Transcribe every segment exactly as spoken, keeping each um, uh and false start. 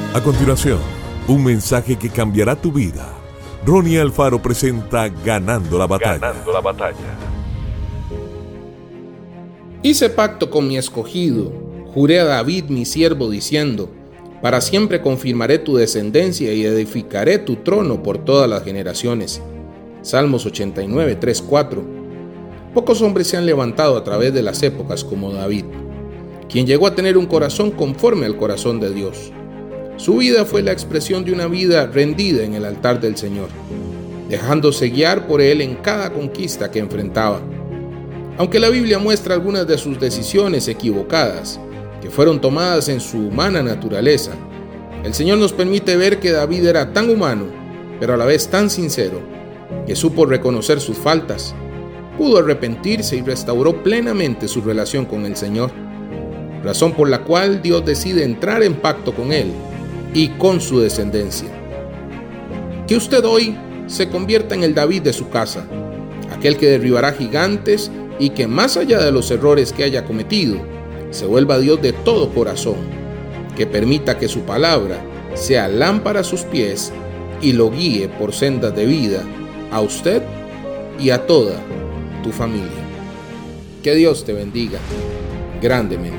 A continuación, un mensaje que cambiará tu vida. Ronnie Alfaro presenta Ganando la Batalla. Ganando la Batalla. Hice pacto con mi escogido, juré a David mi siervo diciendo: para siempre confirmaré tu descendencia y edificaré tu trono por todas las generaciones. Salmos ochenta y nueve, tres, cuatro. Pocos hombres se han levantado a través de las épocas como David, quien llegó a tener un corazón conforme al corazón de Dios. Su vida fue la expresión de una vida rendida en el altar del Señor, dejándose guiar por Él en cada conquista que enfrentaba. Aunque la Biblia muestra algunas de sus decisiones equivocadas, que fueron tomadas en su humana naturaleza, el Señor nos permite ver que David era tan humano, pero a la vez tan sincero, que supo reconocer sus faltas, pudo arrepentirse y restauró plenamente su relación con el Señor, razón por la cual Dios decide entrar en pacto con él y con su descendencia. Que usted hoy se convierta en el David de su casa, aquel que derribará gigantes y que más allá de los errores que haya cometido, se vuelva Dios de todo corazón, que permita que su palabra sea lámpara a sus pies y lo guíe por sendas de vida a usted y a toda tu familia. Que Dios te bendiga grandemente.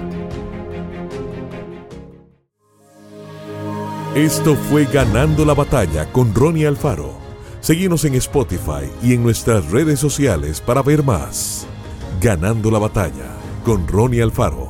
Esto fue Ganando la Batalla con Ronnie Alfaro. Síguenos en Spotify y en nuestras redes sociales para ver más. Ganando la Batalla con Ronnie Alfaro.